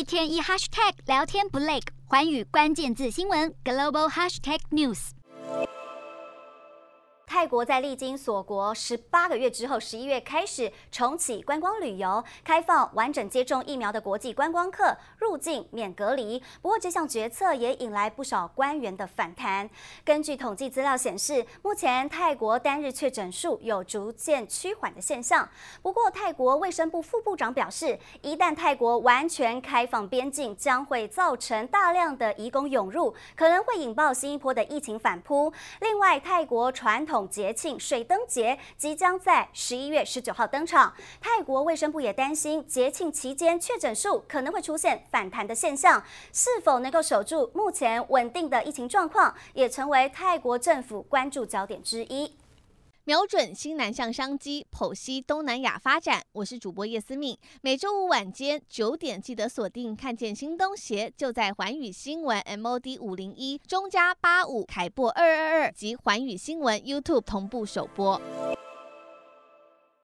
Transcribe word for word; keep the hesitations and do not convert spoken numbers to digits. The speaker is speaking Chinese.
天一 hashtag 聊天不累，寰宇关键字新闻 global hashtag news。 泰国在历经锁国十八个月之后，十一月开始重启观光旅游，开放完整接种疫苗的国际观光客入境免隔离。不过，这项决策也引来不少官员的反弹。根据统计资料显示，目前泰国单日确诊数有逐渐趋缓的现象。不过，泰国卫生部副部长表示，一旦泰国完全开放边境，将会造成大量的移工涌入，可能会引爆新一波的疫情反扑。另外，泰国传统节庆水灯节即将在十一月十九号登场，泰国卫生部也担心节庆期间确诊数可能会出现反弹的现象，是否能够守住目前稳定的疫情状况，也成为泰国政府关注焦点之一。 瞄准新南向商机，剖析东南亚发展。我是主播叶思敏，每周五晚间九点记得锁定，看见新东协就在环宇新闻 M O D 五零一中加八五凯播二二二及环宇新闻 YouTube 同步首播。